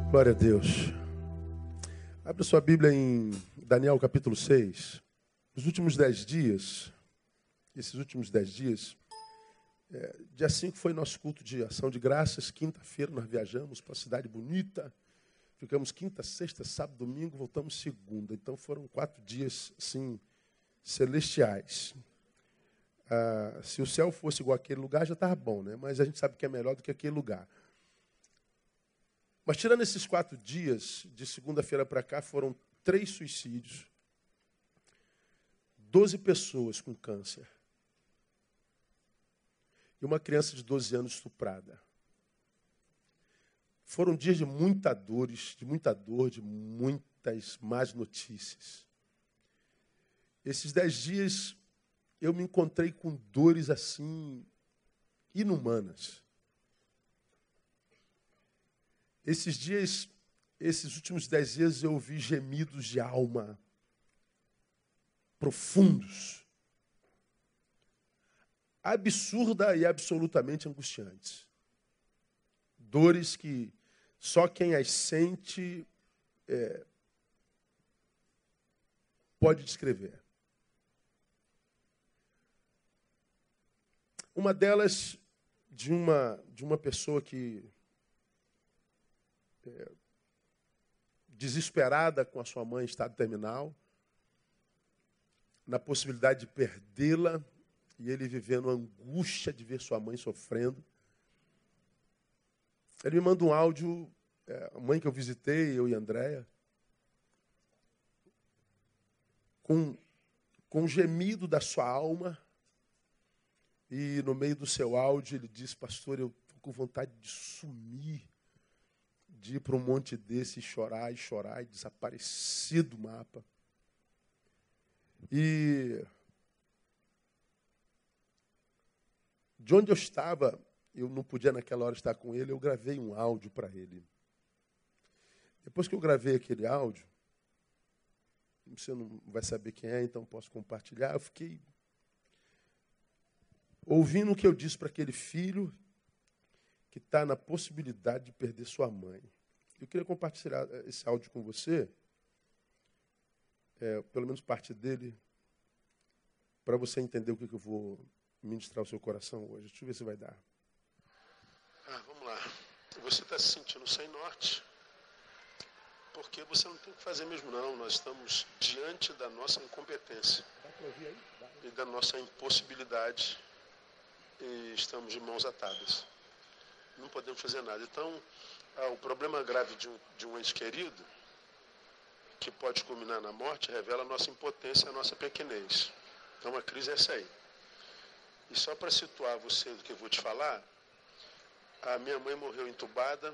Glória a Deus. Abra sua Bíblia em Daniel capítulo 6. Nos últimos 10 dias, dia 5 foi nosso culto de ação de graças. Quinta-feira nós viajamos para uma cidade bonita. Ficamos quinta, sexta, sábado, domingo, voltamos segunda. Então foram 4 dias, assim, celestiais. Se o céu fosse igual àquele lugar, já estava bom, né? Mas a gente sabe que é melhor do que aquele lugar. Mas tirando esses 4 dias, de segunda-feira para cá, foram 3 suicídios, 12 pessoas com câncer e uma criança de 12 anos estuprada. Foram dias de muita dor, de muitas más notícias. Esses 10 dias eu me encontrei com dores assim, inumanas. Esses últimos 10 dias eu ouvi gemidos de alma profundos, absurda e absolutamente angustiantes. Dores que só quem as sente pode descrever. Uma delas de uma pessoa que desesperada com a sua mãe em estado terminal, na possibilidade de perdê-la, e ele vivendo a angústia de ver sua mãe sofrendo. Ele me manda um áudio, a mãe que eu visitei, eu e a Andréia, com um gemido da sua alma, e no meio do seu áudio ele diz: pastor, eu estou com vontade de sumir, de ir para um monte desse e chorar, e desaparecer do mapa. E de onde eu estava, eu não podia naquela hora estar com ele, eu gravei um áudio para ele. Depois que eu gravei aquele áudio, você não vai saber quem é, então posso compartilhar. Eu fiquei ouvindo o que eu disse para aquele filho que está na possibilidade de perder sua mãe. Eu queria compartilhar esse áudio com você, pelo menos parte dele, para você entender o que eu vou ministrar ao seu coração hoje. Deixa eu ver se vai dar. Vamos lá. Você está se sentindo sem norte, porque você não tem o que fazer mesmo, não. Nós estamos diante da nossa incompetência e da nossa impossibilidade, e estamos de mãos atadas. Não podemos fazer nada. Então, o problema grave de um ente querido, que pode culminar na morte, revela a nossa impotência, a nossa pequenez. Então, a crise é essa aí. E só para situar você do que eu vou te falar, a minha mãe morreu entubada,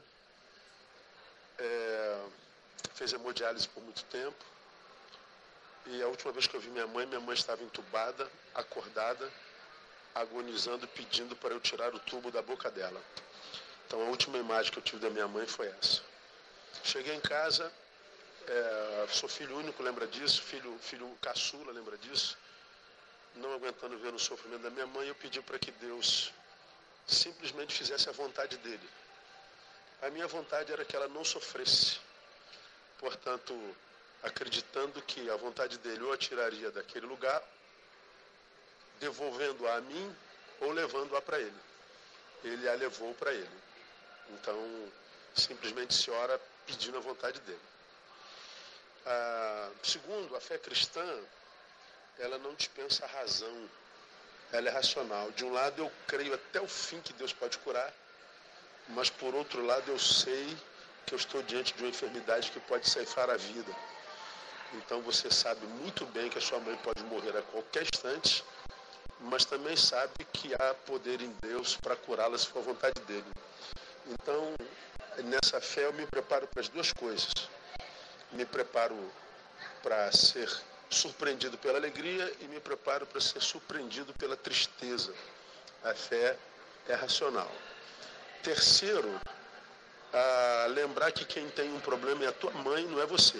fez hemodiálise por muito tempo, e a última vez que eu vi minha mãe estava entubada, acordada, agonizando, pedindo para eu tirar o tubo da boca dela. Então, a última imagem que eu tive da minha mãe foi essa. Cheguei em casa, sou filho único, lembra disso, filho caçula, lembra disso. Não aguentando ver o sofrimento da minha mãe, eu pedi para que Deus simplesmente fizesse a vontade dele. A minha vontade era que ela não sofresse. Portanto, acreditando que a vontade dele ou a tiraria daquele lugar, devolvendo-a a mim ou levando-a para ele. Ele a levou para ele. Então, simplesmente se ora pedindo a vontade dele. Segundo, a fé cristã, ela não dispensa a razão, ela é racional. De um lado, eu creio até o fim que Deus pode curar, mas por outro lado, eu sei que eu estou diante de uma enfermidade que pode ceifar a vida. Então, você sabe muito bem que a sua mãe pode morrer a qualquer instante, mas também sabe que há poder em Deus para curá-la se for a vontade dele. Então, nessa fé, eu me preparo para as duas coisas. Me preparo para ser surpreendido pela alegria e me preparo para ser surpreendido pela tristeza. A fé é racional. Terceiro, lembrar que quem tem um problema é a tua mãe, não é você.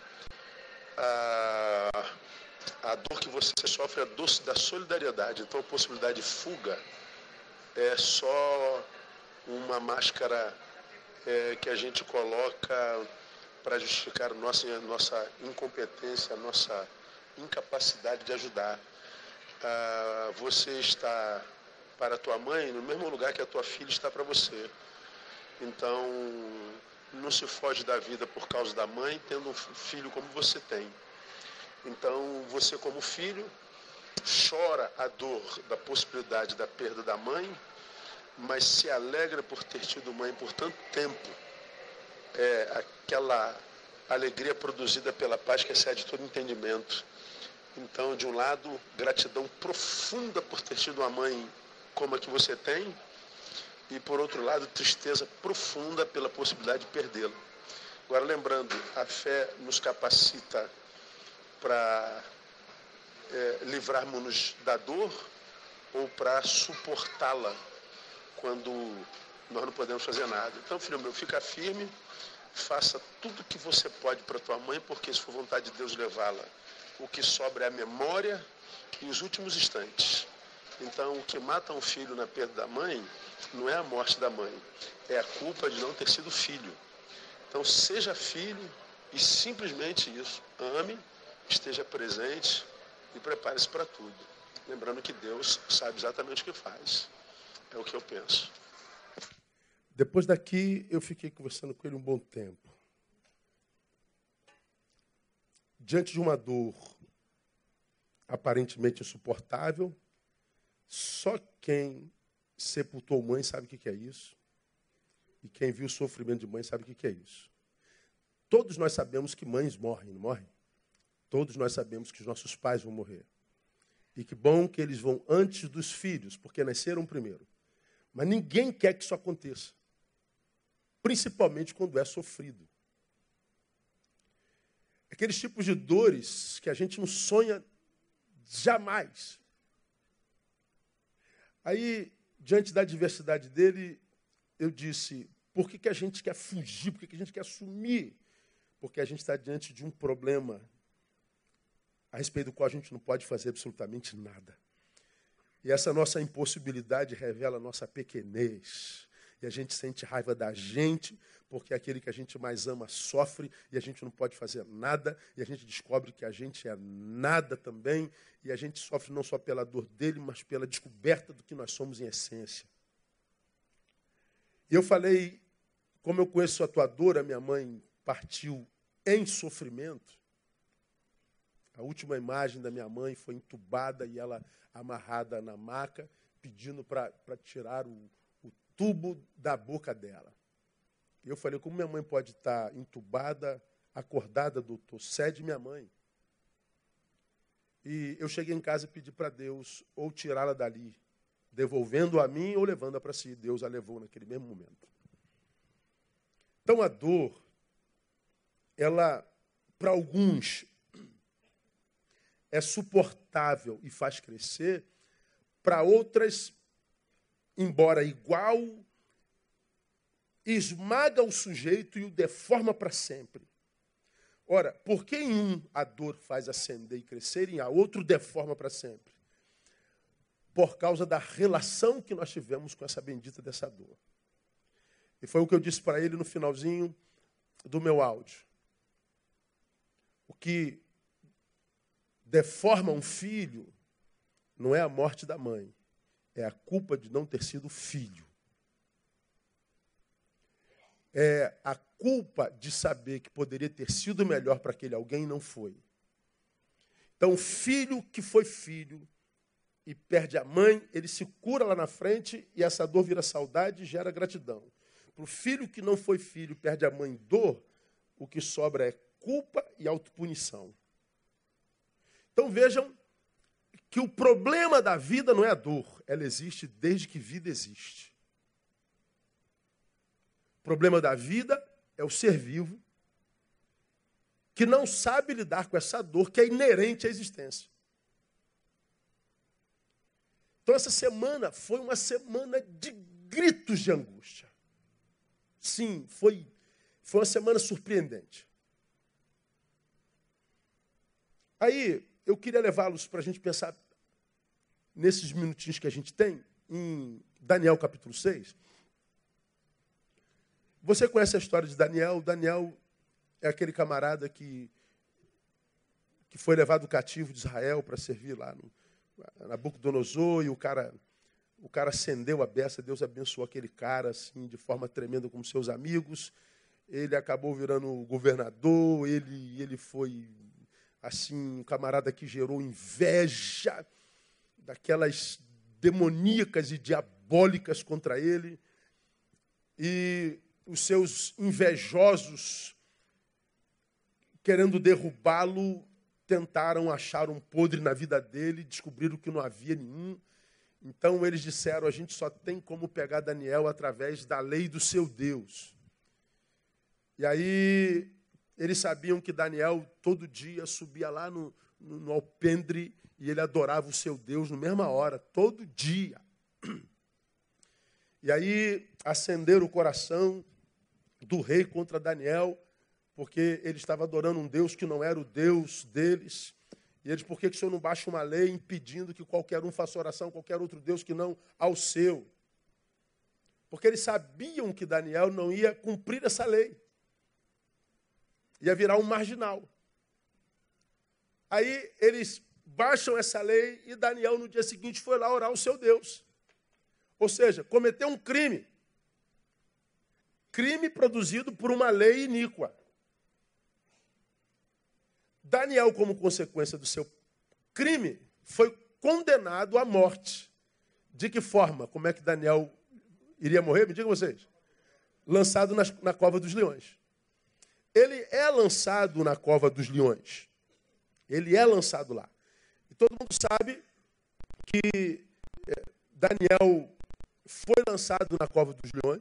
A dor que você sofre é a dor da solidariedade. Então, a possibilidade de fuga é só uma máscara que a gente coloca para justificar a nossa incompetência, a nossa incapacidade de ajudar. Você está para a tua mãe no mesmo lugar que a tua filha está para você. Então, não se foge da vida por causa da mãe, tendo um filho como você tem. Então, você como filho, chora a dor da possibilidade da perda da mãe, mas se alegra por ter tido mãe por tanto tempo. Aquela alegria produzida pela paz que excede todo entendimento. Então, de um lado, gratidão profunda por ter tido uma mãe como a que você tem, e por outro lado, tristeza profunda pela possibilidade de perdê-la. Agora, lembrando, a fé nos capacita para livrarmos-nos da dor ou para suportá-la quando nós não podemos fazer nada. Então, filho meu, fica firme, faça tudo o que você pode para tua mãe, porque se for vontade de Deus levá-la, o que sobra é a memória e os últimos instantes. Então, o que mata um filho na perda da mãe não é a morte da mãe, é a culpa de não ter sido filho. Então, seja filho e simplesmente isso. Ame, esteja presente e prepare-se para tudo. Lembrando que Deus sabe exatamente o que faz. É o que eu penso. Depois daqui, eu fiquei conversando com ele um bom tempo. Diante de uma dor aparentemente insuportável, só quem sepultou mãe sabe o que é isso. E quem viu o sofrimento de mãe sabe o que é isso. Todos nós sabemos que mães morrem, não morrem? Todos nós sabemos que os nossos pais vão morrer. E que bom que eles vão antes dos filhos, porque nasceram primeiro. Mas ninguém quer que isso aconteça. Principalmente quando é sofrido. Aqueles tipos de dores que a gente não sonha jamais. Aí, diante da adversidade dele, eu disse, por que a gente quer fugir? Por que a gente quer sumir? Porque a gente está diante de um problema a respeito do qual a gente não pode fazer absolutamente nada. E essa nossa impossibilidade revela a nossa pequenez. E a gente sente raiva da gente, porque aquele que a gente mais ama sofre e a gente não pode fazer nada. E a gente descobre que a gente é nada também. E a gente sofre não só pela dor dele, mas pela descoberta do que nós somos em essência. E eu falei, como eu conheço a tua dor, a minha mãe partiu em sofrimento. A última imagem da minha mãe foi entubada e ela amarrada na maca, pedindo para tirar o tubo da boca dela. E eu falei, como minha mãe pode estar entubada, acordada, doutor? Cede minha mãe. E eu cheguei em casa e pedi para Deus ou tirá-la dali, devolvendo a mim ou levando-a para si. Deus a levou naquele mesmo momento. Então a dor, ela, para alguns, é suportável e faz crescer, para outras, embora igual, esmaga o sujeito e o deforma para sempre. Ora, por que em um a dor faz ascender e crescer e a outro deforma para sempre? Por causa da relação que nós tivemos com essa bendita dessa dor. E foi o que eu disse para ele no finalzinho do meu áudio. O que deforma um filho não é a morte da mãe, é a culpa de não ter sido filho. É a culpa de saber que poderia ter sido melhor para aquele alguém e não foi. Então, o filho que foi filho e perde a mãe, ele se cura lá na frente e essa dor vira saudade e gera gratidão. Para o filho que não foi filho e perde a mãe e dor, o que sobra é culpa e autopunição. Então vejam que o problema da vida não é a dor, ela existe desde que vida existe. O problema da vida é o ser vivo que não sabe lidar com essa dor que é inerente à existência. Então essa semana foi uma semana de gritos de angústia. Sim, foi uma semana surpreendente. Aí, eu queria levá-los para a gente pensar nesses minutinhos que a gente tem, em Daniel capítulo 6. Você conhece a história de Daniel? Daniel é aquele camarada que foi levado cativo de Israel para servir lá no Nabucodonosor, e o cara acendeu a beça, Deus abençoou aquele cara assim, de forma tremenda como seus amigos. Ele acabou virando governador, ele foi assim, um camarada que gerou inveja daquelas demoníacas e diabólicas contra ele. E os seus invejosos, querendo derrubá-lo, tentaram achar um podre na vida dele, descobriram que não havia nenhum. Então eles disseram, a gente só tem como pegar Daniel através da lei do seu Deus. E aí eles sabiam que Daniel todo dia subia lá no alpendre e ele adorava o seu Deus na mesma hora, todo dia. E aí acenderam o coração do rei contra Daniel, porque ele estava adorando um Deus que não era o Deus deles. E eles, por que o senhor não baixa uma lei impedindo que qualquer um faça oração a qualquer outro Deus que não ao seu? Porque eles sabiam que Daniel não ia cumprir essa lei. Ia virar um marginal. Aí eles baixam essa lei e Daniel no dia seguinte foi lá orar ao seu Deus. Ou seja, cometeu um crime. Crime produzido por uma lei iníqua. Daniel, como consequência do seu crime, foi condenado à morte. De que forma? Como é que Daniel iria morrer? Me digam vocês. Lançado na cova dos leões. Ele é lançado na cova dos leões. Ele é lançado lá. E todo mundo sabe que Daniel foi lançado na cova dos leões,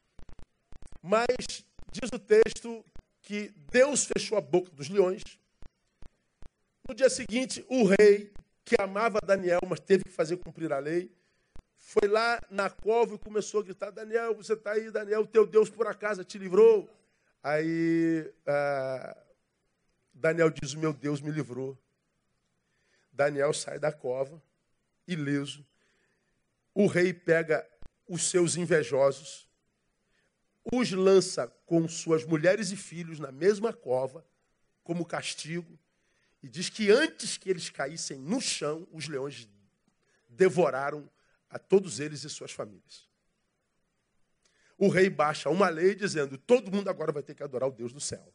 mas diz o texto que Deus fechou a boca dos leões. No dia seguinte, o rei, que amava Daniel, mas teve que fazer cumprir a lei, foi lá na cova e começou a gritar, Daniel, você está aí, Daniel, teu Deus por acaso te livrou? Aí Daniel diz, o meu Deus me livrou. Daniel sai da cova, ileso. O rei pega os seus invejosos, os lança com suas mulheres e filhos na mesma cova, como castigo, e diz que antes que eles caíssem no chão, os leões devoraram a todos eles e suas famílias. O rei baixa uma lei dizendo, todo mundo agora vai ter que adorar o Deus do céu.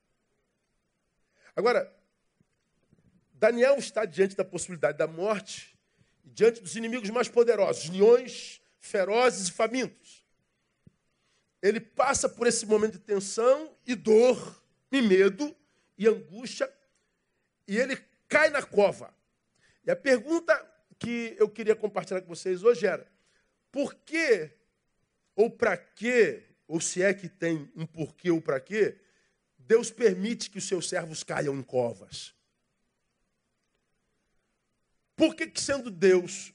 Agora, Daniel está diante da possibilidade da morte, diante dos inimigos mais poderosos, leões ferozes e famintos. Ele passa por esse momento de tensão e dor, e medo, e angústia, e ele cai na cova. E a pergunta que eu queria compartilhar com vocês hoje era, por que, ou para quê, ou se é que tem um porquê ou para quê, Deus permite que os seus servos caiam em covas? Por que sendo Deus,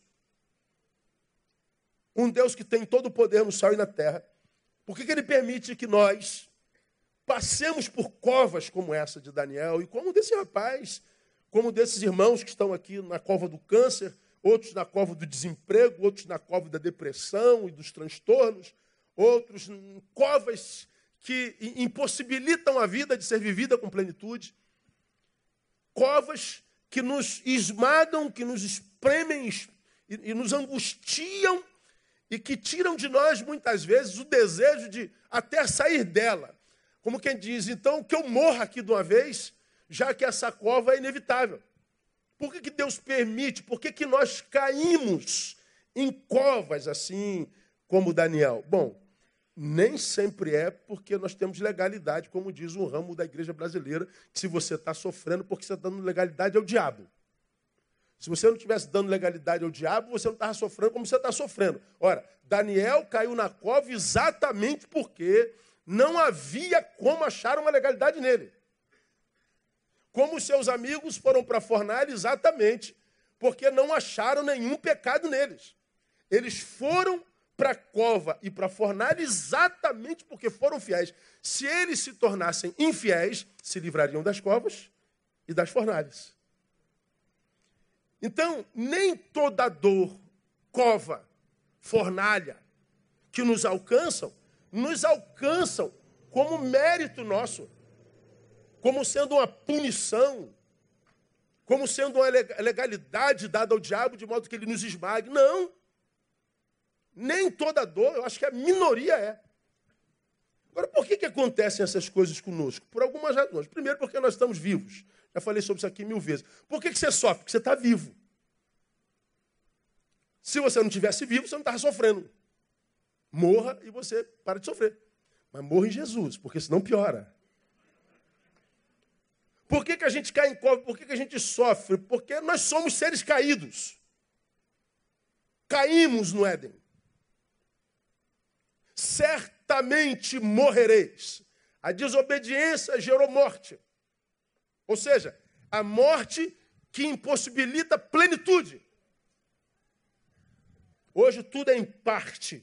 um Deus que tem todo o poder no céu e na terra, por que ele permite que nós passemos por covas como essa de Daniel e como desse rapaz, como desses irmãos que estão aqui na cova do câncer, outros na cova do desemprego, outros na cova da depressão e dos transtornos, outros em covas que impossibilitam a vida de ser vivida com plenitude, covas que nos esmagam, que nos espremem e nos angustiam e que tiram de nós, muitas vezes, o desejo de até sair dela. Como quem diz, então, que eu morra aqui de uma vez, já que essa cova é inevitável. Por que Deus permite? Por que nós caímos em covas assim como Daniel? Bom, nem sempre é porque nós temos legalidade, como diz um ramo da igreja brasileira, que se você está sofrendo, porque você está dando legalidade ao diabo. Se você não estivesse dando legalidade ao diabo, você não estava sofrendo como você está sofrendo. Ora, Daniel caiu na cova exatamente porque não havia como achar uma legalidade nele. Como os seus amigos foram para a fornalha exatamente porque não acharam nenhum pecado neles. Eles foram para a cova e para a fornalha exatamente porque foram fiéis. Se eles se tornassem infiéis, se livrariam das covas e das fornalhas. Então, nem toda dor, cova, fornalha que nos alcançam nos alcançam como mérito nosso, como sendo uma punição, como sendo uma legalidade dada ao diabo de modo que ele nos esmague. Não. Nem toda dor, eu acho que a minoria é. Agora, por que acontecem essas coisas conosco? Por algumas razões. Primeiro, porque nós estamos vivos. Já falei sobre isso aqui 1000 vezes. Por que você sofre? Porque você está vivo. Se você não estivesse vivo, você não estava sofrendo. Morra e você para de sofrer. Mas morra em Jesus, porque senão piora. Por que a gente cai em cova? Por que a gente sofre? Porque nós somos seres caídos. Caímos no Éden. Certamente morrereis. A desobediência gerou morte. Ou seja, a morte que impossibilita plenitude. Hoje tudo é em parte.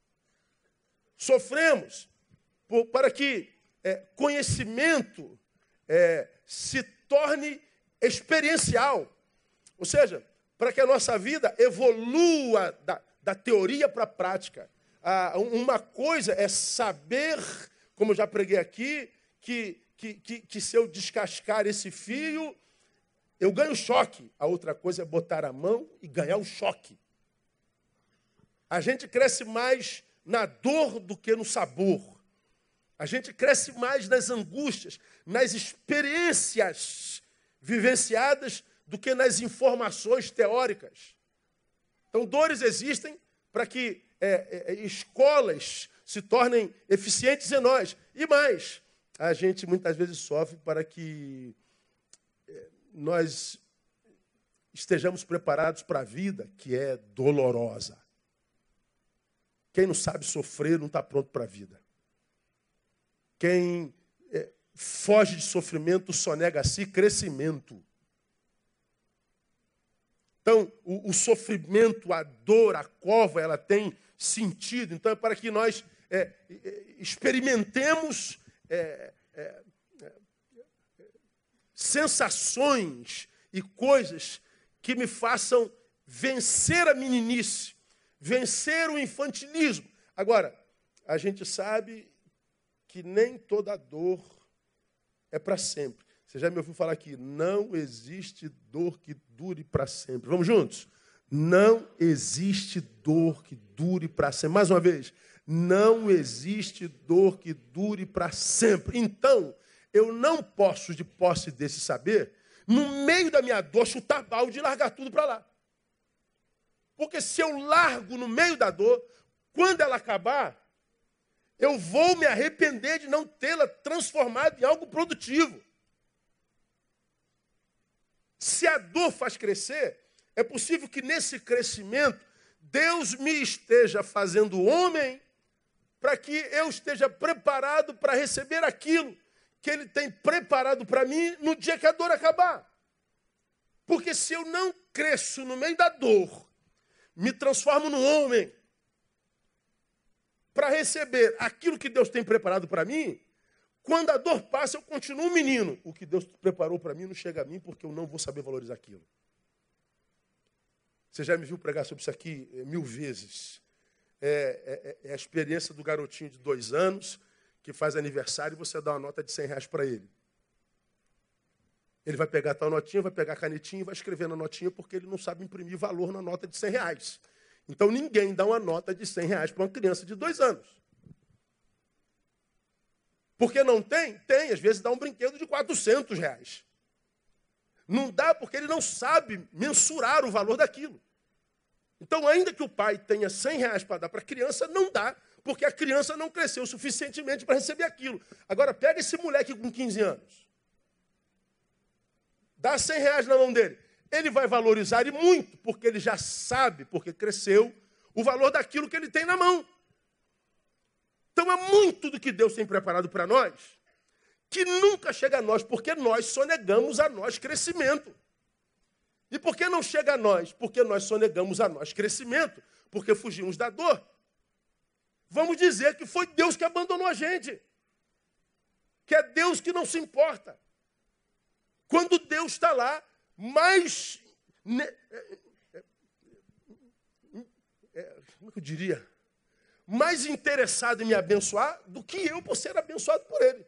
Sofremos para que conhecimento se torne experiencial. Ou seja, para que a nossa vida evolua da teoria para a prática. Uma coisa é saber, como eu já preguei aqui, que se eu descascar esse fio, eu ganho choque. A outra coisa é botar a mão e ganhar o choque. A gente cresce mais na dor do que no sabor. A gente cresce mais nas angústias, nas experiências vivenciadas do que nas informações teóricas. Então, dores existem para que escolas se tornem eficientes em nós. E mais, a gente muitas vezes sofre para que nós estejamos preparados para a vida que é dolorosa. Quem não sabe sofrer não está pronto para a vida. Quem foge de sofrimento só nega a si crescimento. Então, o sofrimento, a dor, a cova, ela tem sentido. Então, é para que nós experimentemos sensações e coisas que me façam vencer a meninice, vencer o infantilismo. Agora, a gente sabe que nem toda dor é para sempre. Você já me ouviu falar aqui, não existe dor que dure para sempre. Vamos juntos? Não existe dor que dure para sempre. Mais uma vez, não existe dor que dure para sempre. Então, eu não posso, de posse desse saber, no meio da minha dor, chutar balde e largar tudo para lá. Porque se eu largo no meio da dor, quando ela acabar, eu vou me arrepender de não tê-la transformado em algo produtivo. Se a dor faz crescer, é possível que nesse crescimento Deus me esteja fazendo homem para que eu esteja preparado para receber aquilo que Ele tem preparado para mim no dia que a dor acabar. Porque se eu não cresço no meio da dor, me transformo num homem para receber aquilo que Deus tem preparado para mim, quando a dor passa, eu continuo um menino. O que Deus preparou para mim não chega a mim porque eu não vou saber valorizar aquilo. Você já me viu pregar sobre isso aqui 1000 vezes. É a experiência do garotinho de 2 anos que faz aniversário e você dá uma nota de R$100 para ele. Ele vai pegar a tal notinha, vai pegar a canetinha e vai escrever na notinha porque ele não sabe imprimir valor na nota de R$100. Então ninguém dá uma nota de R$100 para uma criança de 2 anos. Porque não tem? Tem. Às vezes dá um brinquedo de R$400. Não dá porque ele não sabe mensurar o valor daquilo. Então, ainda que o pai tenha R$100 para dar para a criança, não dá, porque a criança não cresceu suficientemente para receber aquilo. Agora, pega esse moleque com 15 anos. Dá R$100 na mão dele. Ele vai valorizar e muito, porque ele já sabe, porque cresceu, o valor daquilo que ele tem na mão. Então, é muito do que Deus tem preparado para nós, que nunca chega a nós, porque nós sonegamos a nós crescimento. E por que não chega a nós? Porque nós sonegamos a nós crescimento, porque fugimos da dor. Vamos dizer que foi Deus que abandonou a gente, que é Deus que não se importa. Quando Deus está lá, mais... como é que eu diria? mais interessado em me abençoar do que eu por ser abençoado por ele.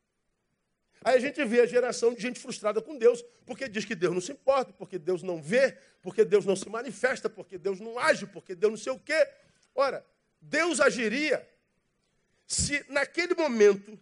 Aí a gente vê a geração de gente frustrada com Deus, porque diz que Deus não se importa, porque Deus não vê, porque Deus não se manifesta, porque Deus não age, porque Deus não sei o quê. Ora, Deus agiria se naquele momento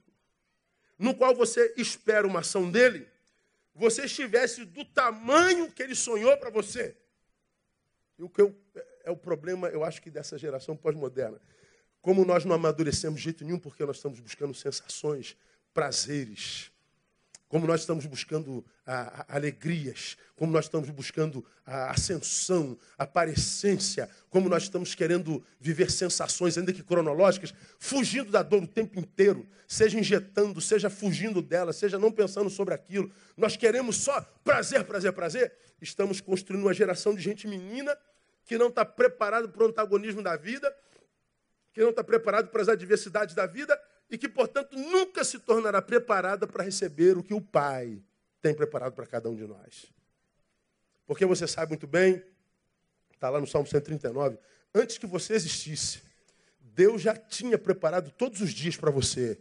no qual você espera uma ação dele, você estivesse do tamanho que ele sonhou para você. E o que é o problema, eu acho que dessa geração pós-moderna. Como nós não amadurecemos de jeito nenhum, porque nós estamos buscando sensações, prazeres. Como nós estamos buscando alegrias, como nós estamos buscando a ascensão, a parecência, como nós estamos querendo viver sensações, ainda que cronológicas, fugindo da dor o tempo inteiro, seja injetando, seja fugindo dela, seja não pensando sobre aquilo. Nós queremos só prazer, prazer, prazer. Estamos construindo uma geração de gente menina que não está preparada para o antagonismo da vida, que não está preparada para as adversidades da vida, e que, portanto, nunca se tornará preparada para receber o que o Pai tem preparado para cada um de nós. Porque você sabe muito bem, está lá no Salmo 139, antes que você existisse, Deus já tinha preparado todos os dias para você.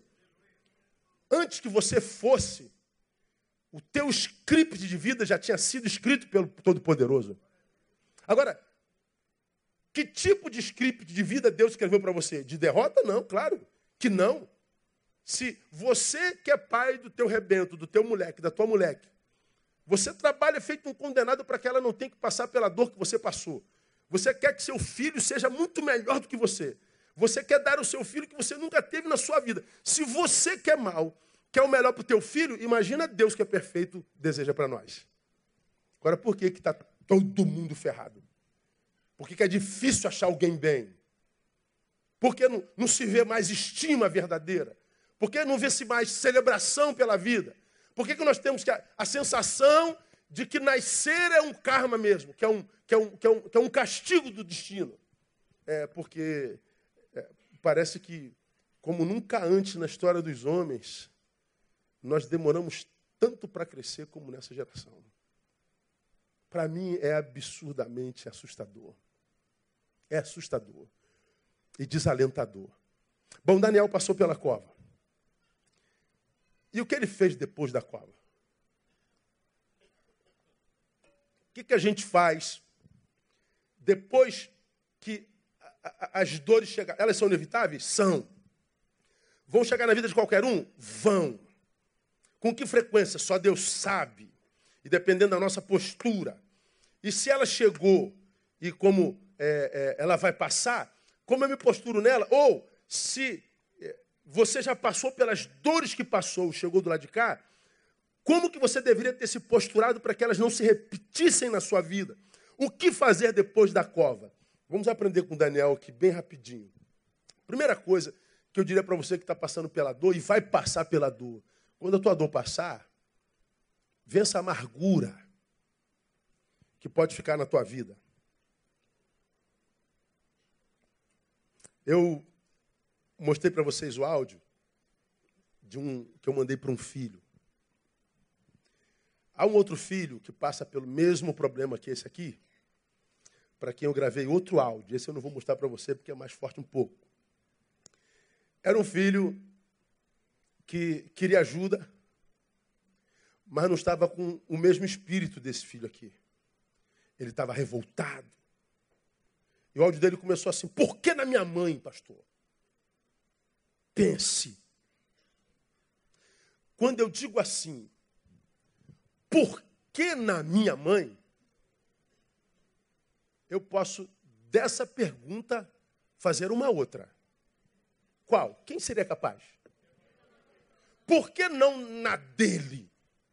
Antes que você fosse, o teu script de vida já tinha sido escrito pelo Todo-Poderoso. Agora, que tipo de script de vida Deus escreveu para você? De derrota? Não, claro que não. Se você que é pai do teu rebento, do teu moleque, da tua moleque, você trabalha feito um condenado para que ela não tenha que passar pela dor que você passou. Você quer que seu filho seja muito melhor do que você. Você quer dar ao seu filho que você nunca teve na sua vida. Se você quer mal, quer o melhor para o teu filho, imagina Deus que é perfeito, deseja para nós. Agora, por que está todo mundo ferrado? Por que é difícil achar alguém bem? Por que não se vê mais estima verdadeira? Por que não vê-se mais celebração pela vida? Por que nós temos a sensação de que nascer é um karma mesmo, que é um castigo do destino? Porque parece que, como nunca antes na história dos homens, nós demoramos tanto para crescer como nessa geração. Para mim é absurdamente assustador. É assustador e desalentador. Bom, Daniel passou pela cova. E o que ele fez depois da cova? O que a gente faz depois que as dores chegam? Elas são inevitáveis? São. Vão chegar na vida de qualquer um? Vão. Com que frequência? Só Deus sabe. E dependendo da nossa postura. E se ela chegou e como ela vai passar, como eu me posturo nela? Ou se você já passou pelas dores que passou, chegou do lado de cá, como que você deveria ter se posturado para que elas não se repetissem na sua vida? O que fazer depois da cova? Vamos aprender com Daniel aqui bem rapidinho. Primeira coisa que eu diria para você que está passando pela dor e vai passar pela dor. Quando a tua dor passar, vença a amargura que pode ficar na tua vida. Eu mostrei para vocês o áudio que eu mandei para um filho. Há um outro filho que passa pelo mesmo problema que esse aqui, para quem eu gravei outro áudio. Esse eu não vou mostrar para você porque é mais forte um pouco. Era um filho que queria ajuda, mas não estava com o mesmo espírito desse filho aqui. Ele estava revoltado. E o áudio dele começou assim: por que na minha mãe, pastor? Pense. Quando eu digo assim, por que na minha mãe? Eu posso, dessa pergunta, fazer uma outra. Qual? Quem seria capaz? Por que não na dele?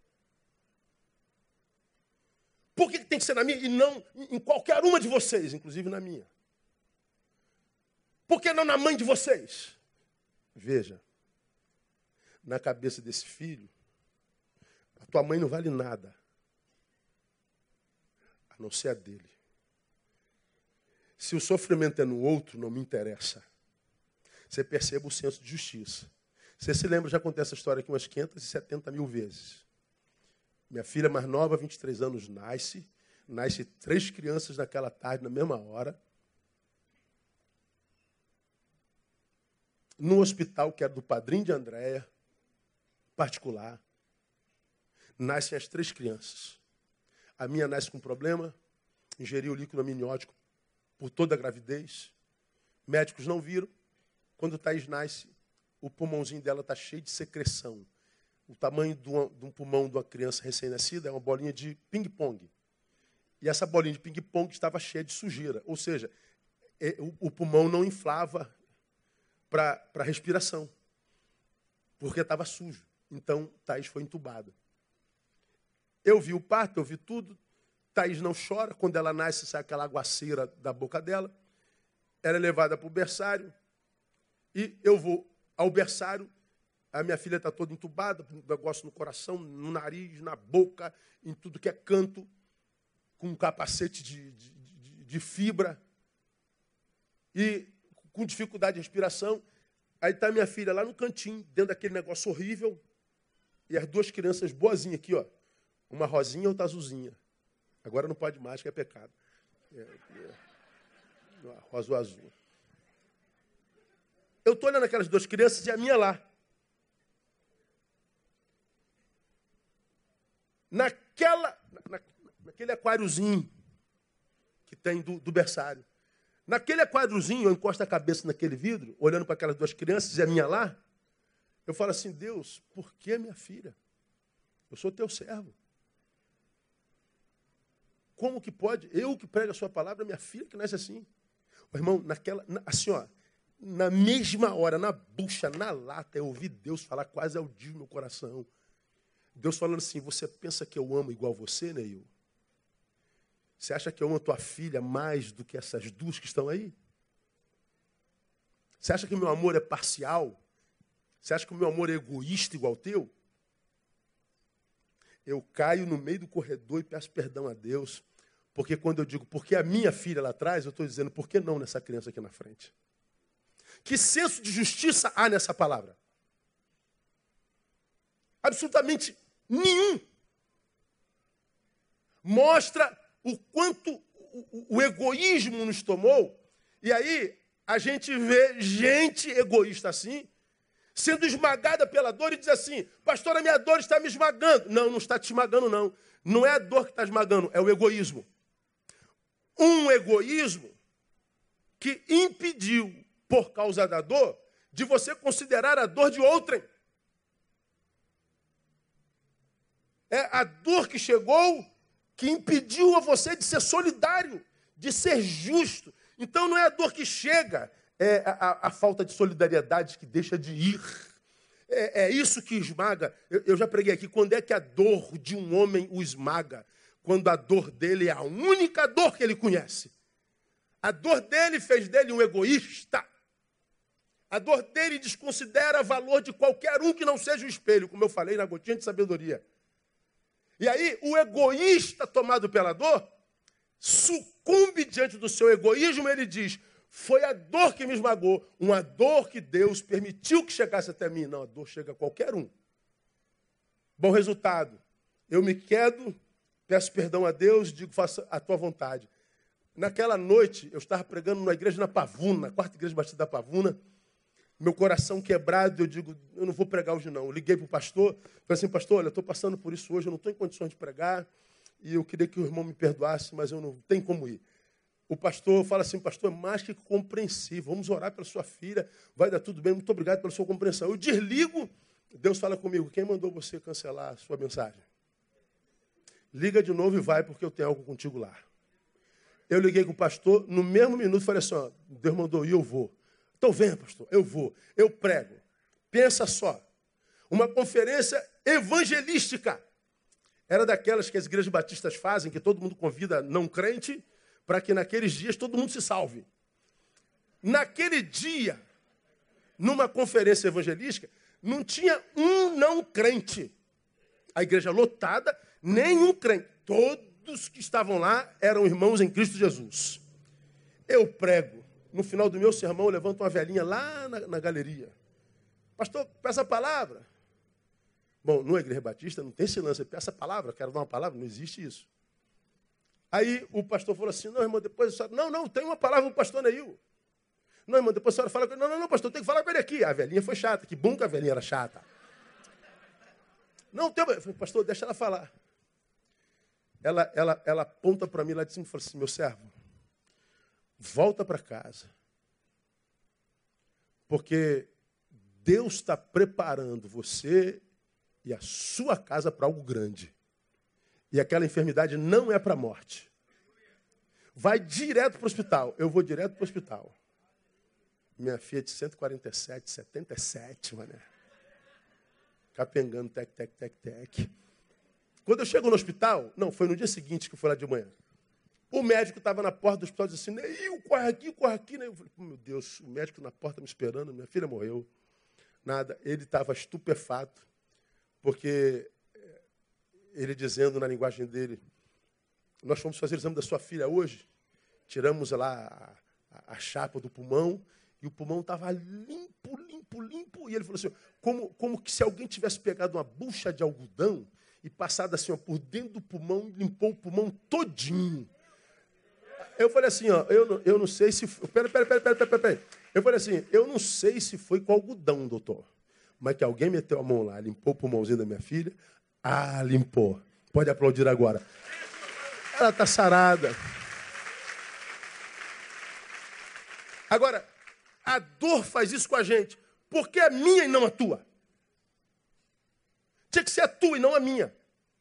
Por que tem que ser na minha e não em qualquer uma de vocês, inclusive na minha? Por que não na mãe de vocês? Veja, na cabeça desse filho, a tua mãe não vale nada, a não ser a dele. Se o sofrimento é no outro, não me interessa. Você perceba o senso de justiça. Você se lembra, já contei essa história aqui umas 570 mil vezes. Minha filha mais nova, 23 anos, nasce 3 crianças naquela tarde, na mesma hora. no hospital que era do padrinho de Andréia, particular, nascem as 3 crianças. A minha nasce com problema, ingeriu líquido amniótico por toda a gravidez. Médicos não viram. Quando Thaís nasce, o pulmãozinho dela está cheio de secreção. O tamanho de um pulmão de uma criança recém-nascida é uma bolinha de ping-pong. E essa bolinha de ping-pong estava cheia de sujeira. Ou seja, o pulmão não inflava para respiração, porque estava sujo. Então, Thaís foi entubada. Eu vi o parto, eu vi tudo. Thaís não chora. Quando ela nasce, sai aquela aguaceira da boca dela. Ela é levada para o berçário. E eu vou ao berçário. A minha filha está toda entubada, com um negócio no coração, no nariz, na boca, em tudo que é canto, com um capacete de fibra. E com dificuldade de respiração. Aí está minha filha lá no cantinho, dentro daquele negócio horrível. E as 2 crianças boazinhas aqui, ó. Uma rosinha e outra azulzinha. Agora não pode mais, que é pecado. Rosa ou azul. Eu estou olhando aquelas 2 crianças e a minha lá. Naquele aquáriozinho que tem do berçário. Naquele aquádriozinho, eu encosto a cabeça naquele vidro, olhando para aquelas 2 crianças e a minha lá, eu falo assim, Deus, por que minha filha? Eu sou teu servo. Como que pode? Eu que prego a sua palavra, minha filha que nasce assim. Irmão, assim, ó, na mesma hora, na bucha, na lata, eu ouvi Deus falar quase ao dia no meu coração. Deus falando assim, você pensa que eu amo igual você, Neil? Você acha que eu amo a tua filha mais do que essas 2 que estão aí? Você acha que o meu amor é parcial? Você acha que o meu amor é egoísta igual ao teu? Eu caio no meio do corredor e peço perdão a Deus, porque quando eu digo, porque a minha filha lá atrás, eu estou dizendo, por que não nessa criança aqui na frente? Que senso de justiça há nessa palavra? Absolutamente nenhum. Mostra o quanto o egoísmo nos tomou. E aí a gente vê gente egoísta assim, sendo esmagada pela dor e diz assim, pastor, a minha dor está me esmagando. Não, não está te esmagando, não. Não é a dor que está esmagando, é o egoísmo. Um egoísmo que impediu, por causa da dor, de você considerar a dor de outrem. É a dor que chegou que impediu a você de ser solidário, de ser justo. Então não é a dor que chega, é a falta de solidariedade que deixa de ir. É isso que esmaga. Eu já preguei aqui, quando é que a dor de um homem o esmaga? Quando a dor dele é a única dor que ele conhece. A dor dele fez dele um egoísta. A dor dele desconsidera o valor de qualquer um que não seja o espelho, como eu falei na gotinha de sabedoria. E aí, o egoísta tomado pela dor, sucumbe diante do seu egoísmo, ele diz, foi a dor que me esmagou, uma dor que Deus permitiu que chegasse até mim. Não, a dor chega a qualquer um. Bom resultado, eu me quedo, peço perdão a Deus, digo, faça a tua vontade. Naquela noite, eu estava pregando na igreja na Pavuna, na 4ª igreja batista da Pavuna, meu coração quebrado, eu digo, eu não vou pregar hoje não. Eu liguei para o pastor, falei assim, pastor, olha, eu estou passando por isso hoje, eu não estou em condições de pregar, e eu queria que o irmão me perdoasse, mas eu não tenho como ir. O pastor fala assim, pastor, é mais que compreensível, vamos orar pela sua filha, vai dar tudo bem, muito obrigado pela sua compreensão. Eu desligo, Deus fala comigo, quem mandou você cancelar a sua mensagem? Liga de novo e vai, porque eu tenho algo contigo lá. Eu liguei com o pastor, no mesmo minuto falei assim, ó, Deus mandou ir, eu vou. Então venha, pastor, eu vou, eu prego. Pensa só, uma conferência evangelística. Era daquelas que as igrejas batistas fazem, que todo mundo convida não crente, para que naqueles dias todo mundo se salve. Naquele dia, numa conferência evangelística, não tinha um não crente. A igreja lotada, nenhum crente. Todos que estavam lá eram irmãos em Cristo Jesus. Eu prego. No final do meu sermão, eu levanto uma velhinha lá na galeria. Pastor, peça a palavra. Bom, numa igreja batista não tem esse lance. Peça a palavra, quero dar uma palavra. Não existe isso. Aí o pastor falou assim, não, irmão, depois... Não, tem uma palavra para o pastor Neil. Não, irmão, depois a senhora fala com ele. Não, pastor, tem que falar com ele aqui. A velhinha foi chata. Que bom que a velhinha era chata. Não, eu falei, pastor, deixa ela falar. Ela aponta para mim lá de cima e fala assim, meu servo, volta para casa. Porque Deus está preparando você e a sua casa para algo grande. E aquela enfermidade não é para a morte. Vai direto para o hospital. Eu vou direto para o hospital. Minha Fiat 147, 77, mané. Capengando, tec. Quando eu chego no hospital, não, foi no dia seguinte que eu fui lá de manhã. O médico estava na porta do hospital e disse assim, Neil, corre aqui. Eu falei, meu Deus, o médico na porta me esperando, minha filha morreu. Nada, ele estava estupefato, porque ele dizendo na linguagem dele, nós fomos fazer o exame da sua filha hoje, tiramos lá a chapa do pulmão, e o pulmão estava limpo, e ele falou assim, como que se alguém tivesse pegado uma bucha de algodão e passado assim, ó, por dentro do pulmão, limpou o pulmão todinho. Eu falei assim, ó, eu não sei se... Pera. Eu falei assim, eu não sei se foi com algodão, doutor, mas que alguém meteu a mão lá, limpou o pulmãozinho da minha filha. Ah, limpou. Pode aplaudir agora. Ela está sarada. Agora, a dor faz isso com a gente. Porque é minha e não a tua. Tinha que ser a tua e não a minha.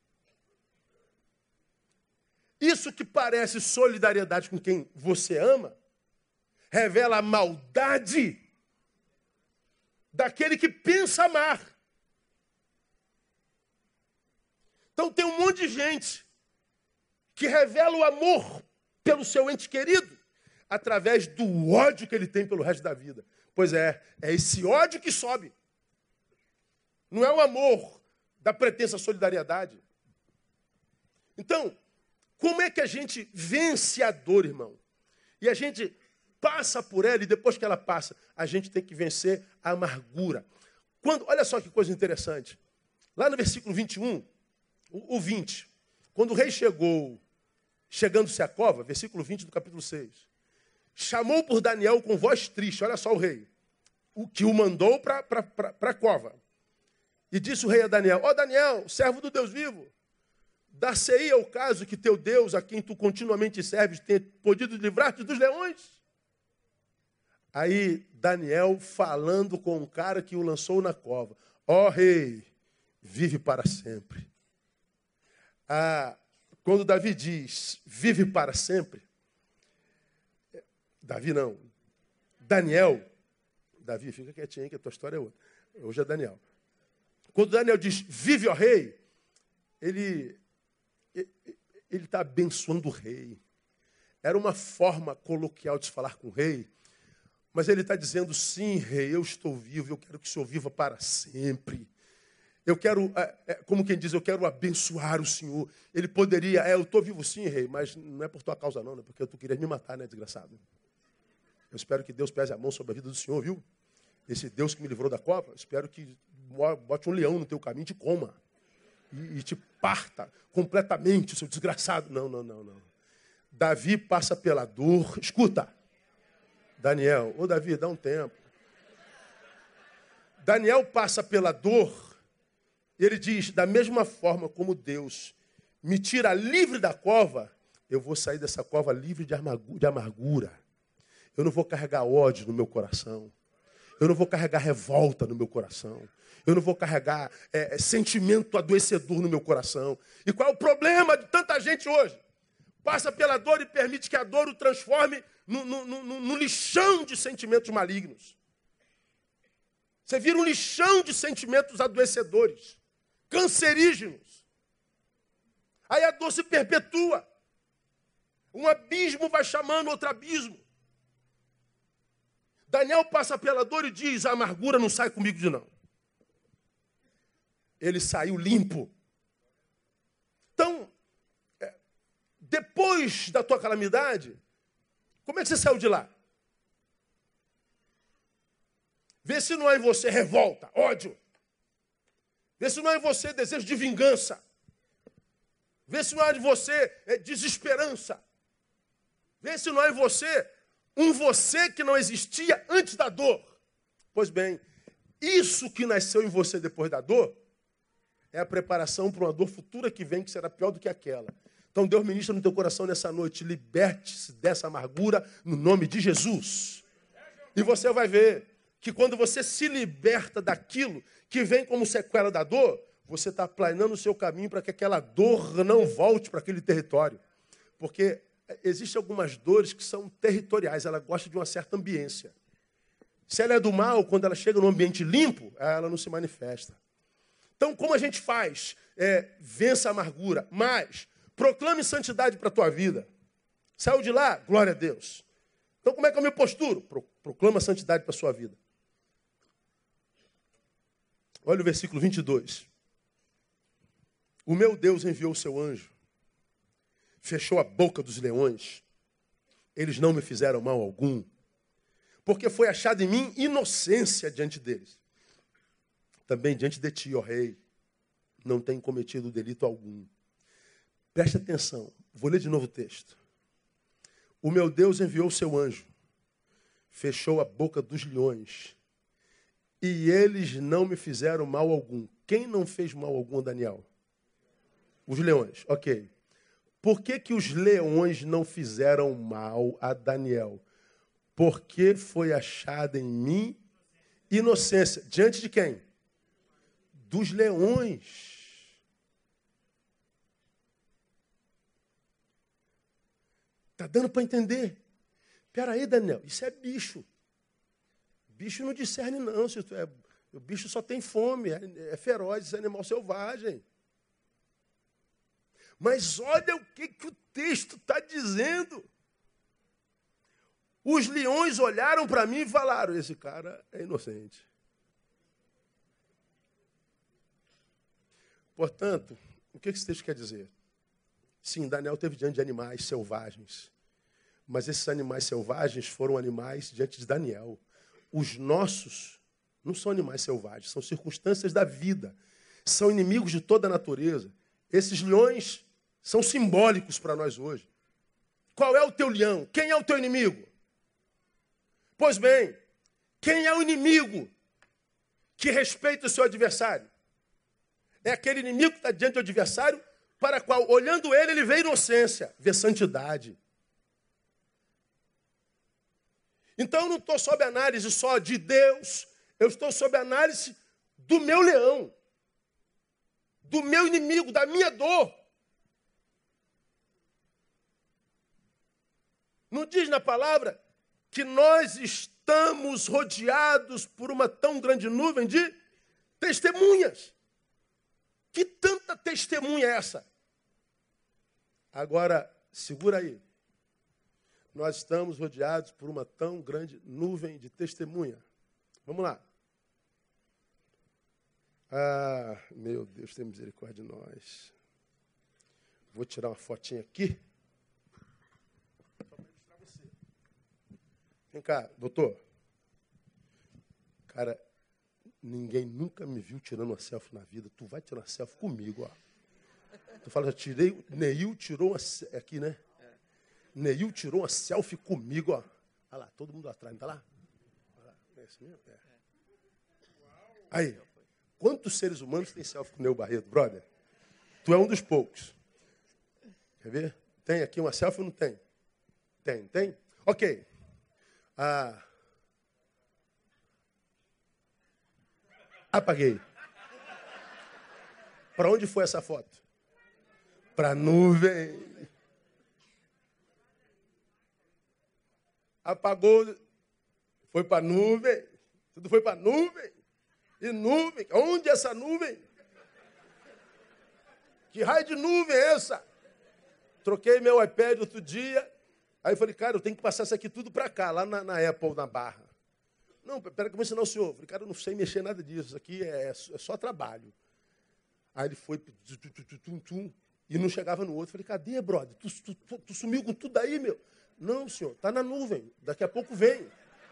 Isso que parece solidariedade com quem você ama, revela a maldade daquele que pensa amar. Então tem um monte de gente que revela o amor pelo seu ente querido através do ódio que ele tem pelo resto da vida. Pois é esse ódio que sobe. Não é o amor da pretensa solidariedade. Então, como é que a gente vence a dor, irmão? E a gente passa por ela, e depois que ela passa, a gente tem que vencer a amargura. Olha só que coisa interessante. Lá no versículo 21, o 20, quando o rei chegando-se à cova, versículo 20 do capítulo 6, chamou por Daniel com voz triste, olha só o rei, o que o mandou para a cova. E disse o rei a Daniel, ó Daniel, servo do Deus vivo, dar-se-ia o caso que teu Deus, a quem tu continuamente serves, tenha podido livrar-te dos leões? Aí Daniel falando com o cara que o lançou na cova. Ó rei, vive para sempre. Quando Davi diz, vive para sempre, Davi não, Daniel, Davi, fica quietinho aí que a tua história é outra. Hoje é Daniel. Quando Daniel diz, vive, ó rei, ele está abençoando o rei. Era uma forma coloquial de se falar com o rei, mas ele está dizendo, sim, rei, eu estou vivo, eu quero que o senhor viva para sempre. Eu quero, como quem diz, eu quero abençoar o senhor. Ele poderia, eu estou vivo sim, rei, mas não é por tua causa não, né? Porque tu querias me matar, né, desgraçado? Eu espero que Deus pese a mão sobre a vida do senhor, viu? Esse Deus que me livrou da cova, espero que bote um leão no teu caminho e te coma. E te parta completamente, seu desgraçado. Não. Davi passa pela dor. Escuta, Daniel. Ô, Davi, dá um tempo. Daniel passa pela dor e ele diz, da mesma forma como Deus me tira livre da cova, eu vou sair dessa cova livre de amargura. Eu não vou carregar ódio no meu coração. Eu não vou carregar revolta no meu coração. Eu não vou carregar sentimento adoecedor no meu coração. E qual é o problema de tanta gente hoje? Passa pela dor e permite que a dor o transforme no lixão de sentimentos malignos. Você vira um lixão de sentimentos adoecedores, cancerígenos. Aí a dor se perpetua. Um abismo vai chamando outro abismo. Daniel passa pela dor e diz, a amargura não sai comigo de não. Ele saiu limpo. Então, depois da tua calamidade, como é que você saiu de lá? Vê se não há em você revolta, ódio. Vê se não há em você desejo de vingança. Vê se não há em você desesperança. Vê se não há em você um você que não existia antes da dor. Pois bem, isso que nasceu em você depois da dor é a preparação para uma dor futura que vem, que será pior do que aquela. Então Deus ministra no teu coração nessa noite, liberte-se dessa amargura no nome de Jesus. E você vai ver que quando você se liberta daquilo que vem como sequela da dor, você está aplanando o seu caminho para que aquela dor não volte para aquele território. Porque existem algumas dores que são territoriais, ela gosta de uma certa ambiência. Se ela é do mal, quando ela chega num ambiente limpo, ela não se manifesta. Então, como a gente faz? Vença a amargura, mas proclame santidade para a tua vida. Saiu de lá? Glória a Deus. Então, como é que eu me posturo? Proclama santidade para a sua vida. Olha o versículo 22. O meu Deus enviou o seu anjo, fechou a boca dos leões, eles não me fizeram mal algum, porque foi achada em mim inocência diante deles. Também diante de ti, ó rei, não tenho cometido delito algum. Preste atenção, vou ler de novo o texto. O meu Deus enviou o seu anjo, fechou a boca dos leões, e eles não me fizeram mal algum. Quem não fez mal algum a Daniel? Os leões, ok. Por que os leões não fizeram mal a Daniel? Porque foi achada em mim inocência. Diante de quem? Dos leões. Está dando para entender? Espera aí, Daniel, isso é bicho. Bicho não discerne, não. O bicho só tem fome, é feroz, esse animal selvagem. Mas olha o que o texto está dizendo. Os leões olharam para mim e falaram, esse cara é inocente. Portanto, o que esse texto quer dizer? Sim, Daniel teve diante de animais selvagens. Mas esses animais selvagens foram animais diante de Daniel. Os nossos não são animais selvagens, são circunstâncias da vida. São inimigos de toda a natureza. Esses leões são simbólicos para nós hoje. Qual é o teu leão? Quem é o teu inimigo? Pois bem, quem é o inimigo que respeita o seu adversário? É aquele inimigo que está diante do adversário, para qual, olhando ele, ele vê inocência, vê santidade. Então eu não estou sob análise só de Deus, eu estou sob análise do meu leão, do meu inimigo, da minha dor. Não diz na palavra que nós estamos rodeados por uma tão grande nuvem de testemunhas. Que tanta testemunha é essa? Agora, segura aí. Nós estamos rodeados por uma tão grande nuvem de testemunha. Vamos lá. Ah, meu Deus, tem misericórdia de nós. Vou tirar uma fotinha aqui. Vem cá, doutor. Cara, ninguém nunca me viu tirando uma selfie na vida. Tu vai tirar uma selfie comigo, ó. Tu fala, Neil tirou uma aqui, né? Neil tirou uma selfie comigo, ó. Olha lá, todo mundo atrás, não tá lá? Olha lá. É esse mesmo? É. Aí, quantos seres humanos tem selfie com o Neil Barreto, brother? Tu é um dos poucos. Quer ver? Tem aqui uma selfie ou não tem? Tem? Ok. Apaguei. Para onde foi essa foto? Para a nuvem. Apagou, foi para a nuvem. Tudo foi para a nuvem. E nuvem, onde é essa nuvem? Que raio de nuvem é essa? Troquei meu iPad outro dia. Aí eu falei, cara, eu tenho que passar isso aqui tudo para cá, lá na Apple, na Barra. Não, pera que eu vou ensinar o senhor. Eu falei, cara, eu não sei mexer nada disso. Isso aqui é só trabalho. Aí ele foi, e não chegava no outro. Eu falei, cadê, brother? Tu sumiu com tudo aí, meu? Não, senhor, está na nuvem. Daqui a pouco vem.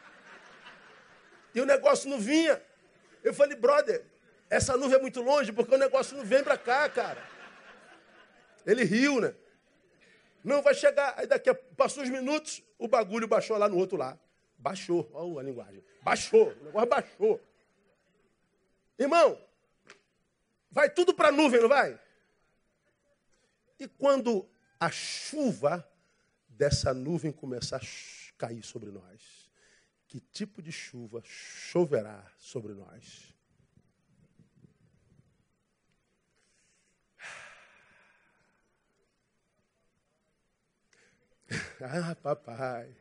E o negócio não vinha. Eu falei, brother, essa nuvem é muito longe porque o negócio não vem para cá, cara. Ele riu, né? Não vai chegar. Aí daqui a passou uns minutos, o bagulho baixou lá no outro lado. Baixou, olha a linguagem. Baixou, o negócio baixou. Irmão, vai tudo para a nuvem, não vai? E quando a chuva dessa nuvem começar a cair sobre nós, que tipo de chuva choverá sobre nós? Ah, papai.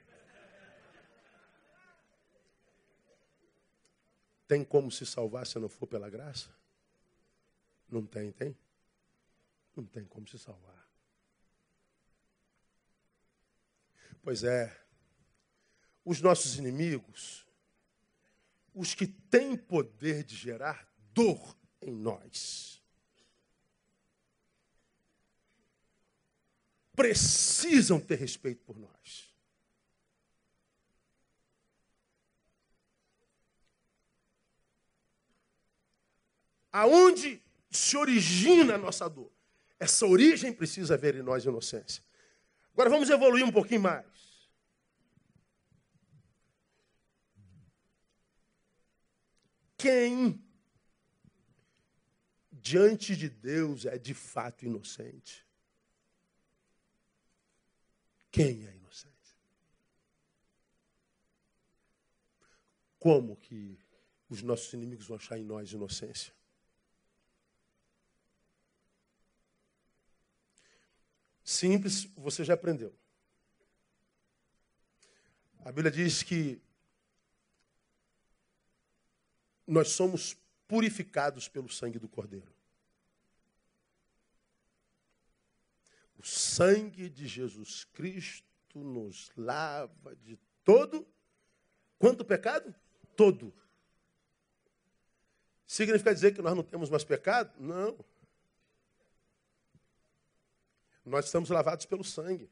Tem como se salvar se não for pela graça? Não tem, tem? Não tem como se salvar. Pois é, os nossos inimigos, os que têm poder de gerar dor em nós, precisam ter respeito por nós. Aonde se origina a nossa dor? Essa origem precisa haver em nós inocência. Agora vamos evoluir um pouquinho mais. Quem diante de Deus é de fato inocente? Quem é inocente? Como que os nossos inimigos vão achar em nós inocência? Simples, você já aprendeu. A Bíblia diz que nós somos purificados pelo sangue do Cordeiro. O sangue de Jesus Cristo nos lava de todo. Quanto pecado? Todo. Significa dizer que nós não temos mais pecado? Não. Nós estamos lavados pelo sangue.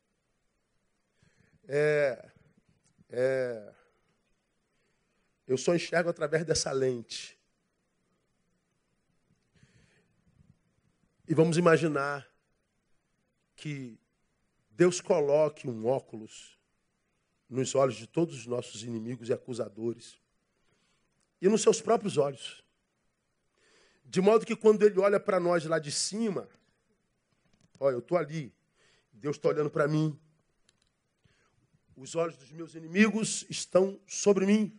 Eu só enxergo através dessa lente. E vamos imaginar que Deus coloque um óculos nos olhos de todos os nossos inimigos e acusadores. E nos seus próprios olhos. De modo que quando Ele olha para nós lá de cima, olha, eu estou ali, Deus está olhando para mim. Os olhos dos meus inimigos estão sobre mim.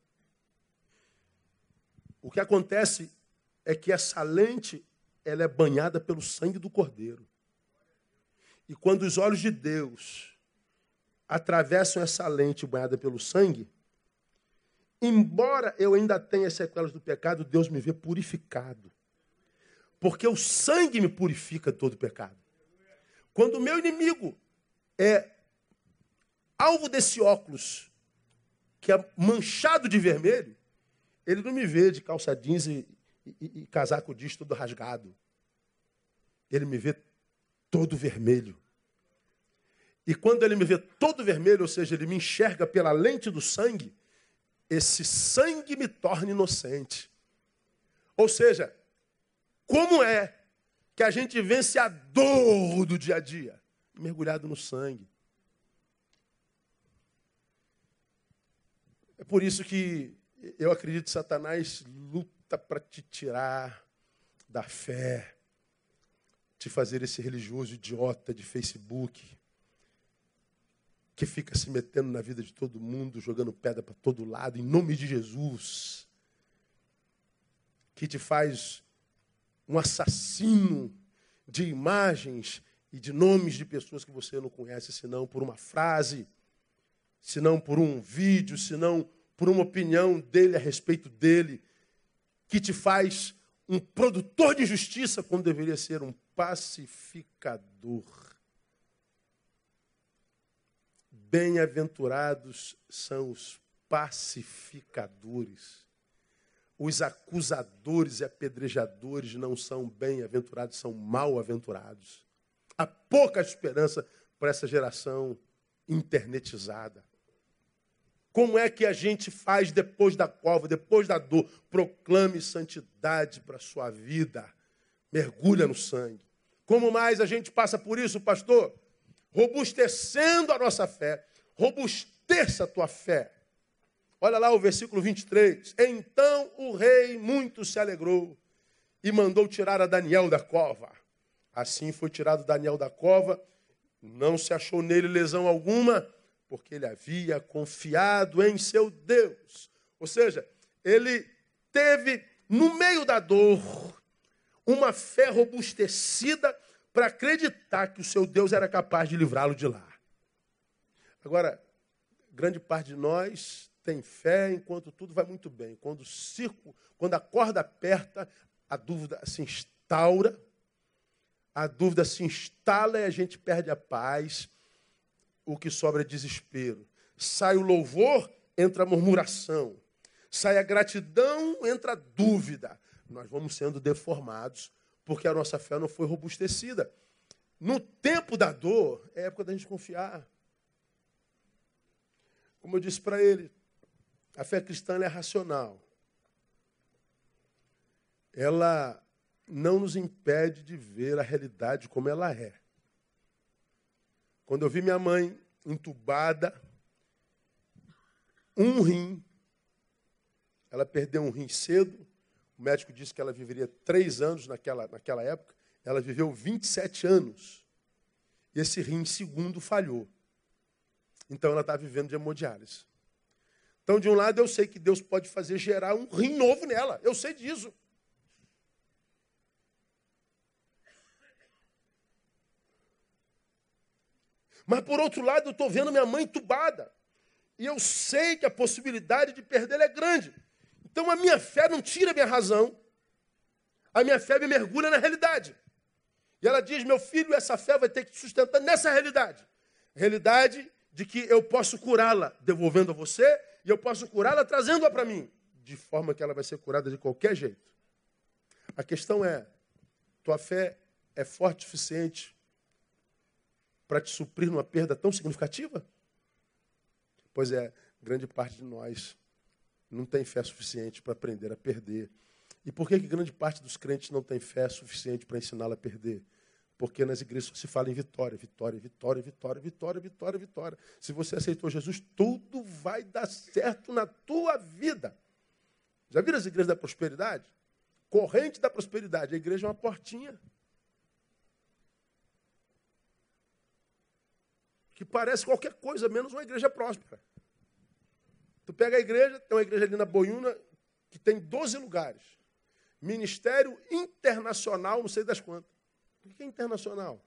O que acontece é que essa lente, ela é banhada pelo sangue do Cordeiro. E quando os olhos de Deus atravessam essa lente banhada pelo sangue, embora eu ainda tenha sequelas do pecado, Deus me vê purificado. Porque o sangue me purifica de todo pecado. Quando o meu inimigo é alvo desse óculos, que é manchado de vermelho, ele não me vê de calça jeans e casaco jeans todo rasgado. Ele me vê todo vermelho. E quando ele me vê todo vermelho, ou seja, ele me enxerga pela lente do sangue, esse sangue me torna inocente. Ou seja, como é que a gente vence a dor do dia a dia? Mergulhado no sangue. É por isso que eu acredito que Satanás luta para te tirar da fé, te fazer esse religioso idiota de Facebook, que fica se metendo na vida de todo mundo, jogando pedra para todo lado, em nome de Jesus, que te faz um assassino de imagens e de nomes de pessoas que você não conhece, senão por uma frase, senão por um vídeo, senão por uma opinião dele a respeito dele, que te faz um produtor de justiça quando deveria ser um pacificador. Bem-aventurados são os pacificadores. Os acusadores e apedrejadores não são bem-aventurados, são mal-aventurados. Há pouca esperança para essa geração internetizada. Como é que a gente faz depois da cova, depois da dor? Proclame santidade para a sua vida. Mergulha no sangue. Como mais a gente passa por isso, pastor? robustecendo a nossa fé. Robusteça a tua fé. Olha lá o versículo 23. Então o rei muito se alegrou e mandou tirar a Daniel da cova. Assim foi tirado Daniel da cova. Não se achou nele lesão alguma, porque ele havia confiado em seu Deus. Ou seja, ele teve, no meio da dor, uma fé robustecida para acreditar que o seu Deus era capaz de livrá-lo de lá. Agora, grande parte de nós tem fé enquanto tudo vai muito bem. Quando a corda aperta, a dúvida se instaura, a dúvida se instala e a gente perde a paz. O que sobra é desespero. Sai o louvor, entra a murmuração. Sai a gratidão, entra a dúvida. Nós vamos sendo deformados porque a nossa fé não foi robustecida. No tempo da dor, é época da gente confiar. Como eu disse para ele, a fé cristã é racional. Ela não nos impede de ver a realidade como ela é. Quando eu vi minha mãe entubada, um rim, ela perdeu um rim cedo, o médico disse que ela viveria 3 anos naquela época, ela viveu 27 anos. E esse rim segundo falhou. Então ela está vivendo de hemodiálise. Então, de um lado, eu sei que Deus pode fazer gerar um rim novo nela. Eu sei disso. Mas, por outro lado, eu estou vendo minha mãe entubada. E eu sei que a possibilidade de perdê-la é grande. Então, a minha fé não tira a minha razão. A minha fé me mergulha na realidade. E ela diz, meu filho, essa fé vai ter que te sustentar nessa realidade. Realidade de que eu posso curá-la devolvendo a você e eu posso curá-la trazendo-a para mim. De forma que ela vai ser curada de qualquer jeito. A questão é, tua fé é forte o suficiente para te suprir numa perda tão significativa? Pois é, grande parte de nós não tem fé suficiente para aprender a perder. E por que grande parte dos crentes não tem fé suficiente para ensiná-la a perder? Porque nas igrejas só se fala em vitória, vitória, vitória, vitória, vitória, vitória, vitória. Se você aceitou Jesus, tudo vai dar certo na tua vida. Já viram as igrejas da prosperidade? Corrente da prosperidade. A igreja é uma portinha. Que parece qualquer coisa, menos uma igreja próspera. Tu pega a igreja, tem uma igreja ali na Boiúna, que tem 12 lugares. Ministério internacional, não sei das quantas. O que é internacional?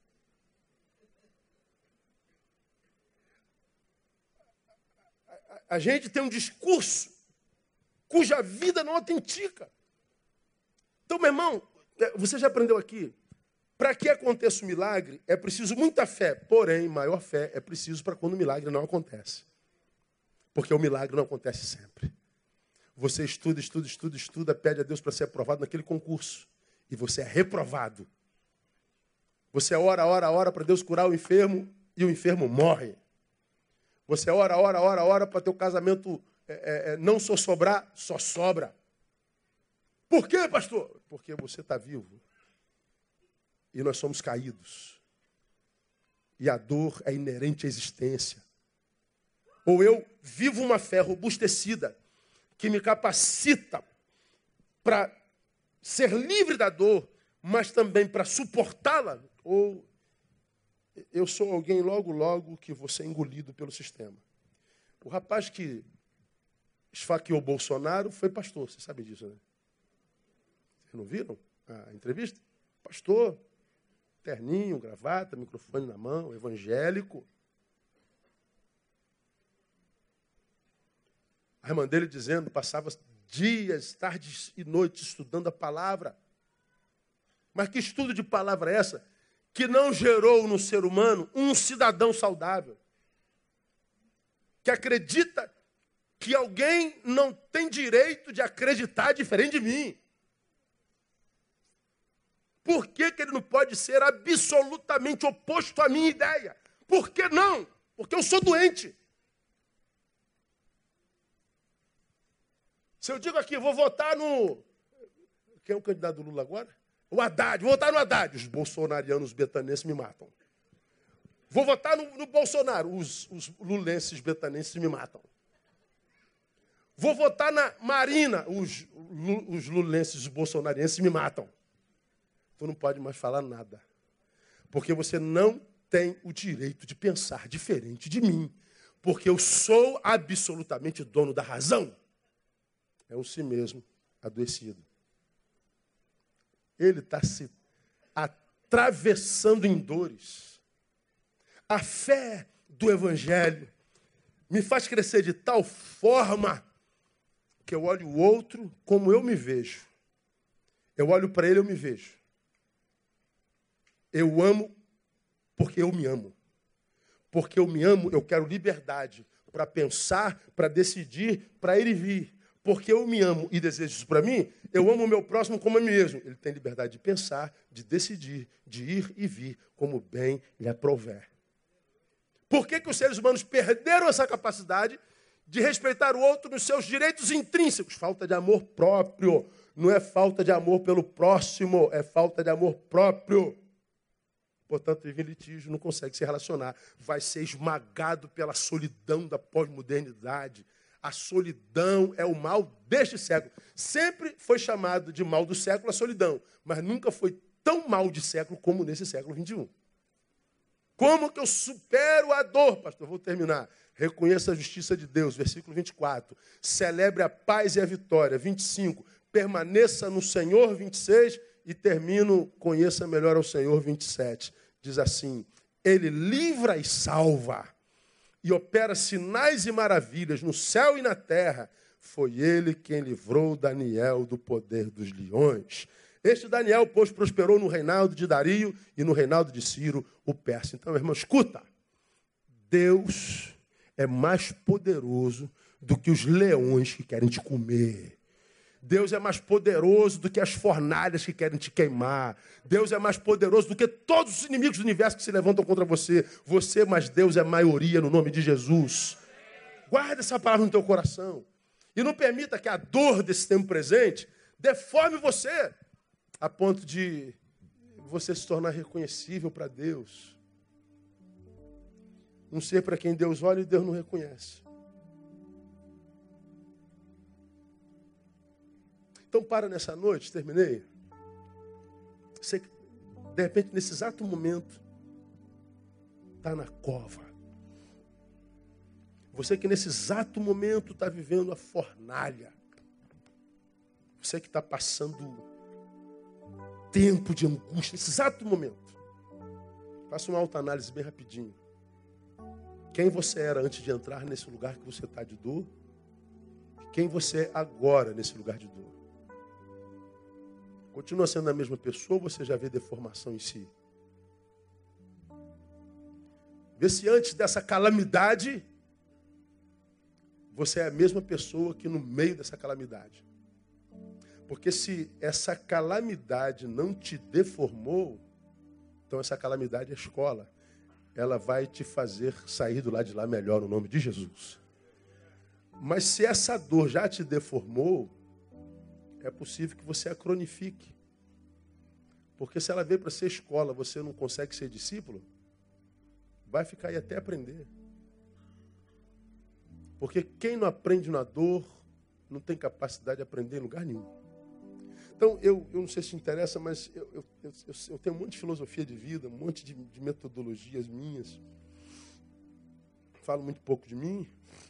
A gente tem um discurso cuja vida não autentica. Então, meu irmão, você já aprendeu aqui? Para que aconteça o milagre, é preciso muita fé. Porém, maior fé é preciso para quando o milagre não acontece. Porque o milagre não acontece sempre. Você estuda, pede a Deus para ser aprovado naquele concurso. E você é reprovado. Você ora para Deus curar o enfermo e o enfermo morre. Você ora para teu casamento não só sobrar, só sobra. Por quê, pastor? Porque você está vivo. E nós somos caídos. E a dor é inerente à existência. Ou eu vivo uma fé robustecida que me capacita para ser livre da dor, mas também para suportá-la, ou eu sou alguém logo que vou ser engolido pelo sistema. O rapaz que esfaqueou Bolsonaro foi pastor, você sabe disso, né? Vocês não viram a entrevista? Pastor, terninho, gravata, microfone na mão, evangélico. A irmã dele dizendo, passava dias, tardes e noites estudando a palavra. Mas que estudo de palavra é essa? Que não gerou no ser humano um cidadão saudável. Que acredita que alguém não tem direito de acreditar diferente de mim. Por que ele não pode ser absolutamente oposto à minha ideia? Por que não? Porque eu sou doente. Se eu digo aqui, vou votar no... Quem é o candidato do Lula agora? O Haddad. Vou votar no Haddad. Os bolsonarianos betanenses me matam. Vou votar no Bolsonaro. Os lulenses betanenses me matam. Vou votar na Marina. Os lulenses bolsonarienses me matam. Tu não pode mais falar nada. Porque você não tem o direito de pensar diferente de mim. Porque eu sou absolutamente dono da razão. É um si mesmo adoecido. Ele está se atravessando em dores. A fé do Evangelho me faz crescer de tal forma que eu olho o outro como eu me vejo. Eu olho para ele e eu me vejo. Eu amo porque eu me amo. Porque eu me amo, eu quero liberdade para pensar, para decidir, para ir e vir. Porque eu me amo e desejo isso para mim, eu amo o meu próximo como a mim mesmo. Ele tem liberdade de pensar, de decidir, de ir e vir, como bem lhe aprouver. Por que os seres humanos perderam essa capacidade de respeitar o outro nos seus direitos intrínsecos? Falta de amor próprio. Não é falta de amor pelo próximo, é falta de amor próprio. Portanto, vive em litígio, não consegue se relacionar. Vai ser esmagado pela solidão da pós-modernidade. A solidão é o mal deste século. Sempre foi chamado de mal do século a solidão, mas nunca foi tão mal de século como nesse século XXI. Como que eu supero a dor, pastor? Vou terminar. Reconheça a justiça de Deus, versículo 24. Celebre a paz e a vitória, 25. Permaneça no Senhor, 26. E termino, conheça melhor ao Senhor, 27. Diz assim, ele livra e salva, e opera sinais e maravilhas no céu e na terra. Foi ele quem livrou Daniel do poder dos leões. Este Daniel, pois, prosperou no reinado de Dario e no reinado de Ciro, o persa. Então, irmão, escuta. Deus é mais poderoso do que os leões que querem te comer. Deus é mais poderoso do que as fornalhas que querem te queimar. Deus é mais poderoso do que todos os inimigos do universo que se levantam contra você. Mas Deus é maioria no nome de Jesus. Guarda essa palavra no teu coração. E não permita que a dor desse tempo presente deforme você a ponto de você se tornar reconhecível para Deus. Um ser para quem Deus olha e Deus não reconhece. Então, para nessa noite, terminei. Você, de repente, nesse exato momento, está na cova. Você que nesse exato momento está vivendo a fornalha. Você que está passando tempo de angústia, nesse exato momento. Faça uma autoanálise bem rapidinho. Quem você era antes de entrar nesse lugar que você está de dor? Quem você é agora nesse lugar de dor? Continua sendo a mesma pessoa ou você já vê deformação em si? Vê se antes dessa calamidade, você é a mesma pessoa que no meio dessa calamidade. Porque se essa calamidade não te deformou, então essa calamidade é escola. Ela vai te fazer sair do lado de lá melhor no nome de Jesus. Mas se essa dor já te deformou, é possível que você a cronifique. Porque se ela veio para ser escola, você não consegue ser discípulo, vai ficar aí até aprender. Porque quem não aprende na dor, não tem capacidade de aprender em lugar nenhum. Então, eu não sei se te interessa, mas eu tenho um monte de filosofia de vida, um monte de metodologias minhas. Falo muito pouco de mim.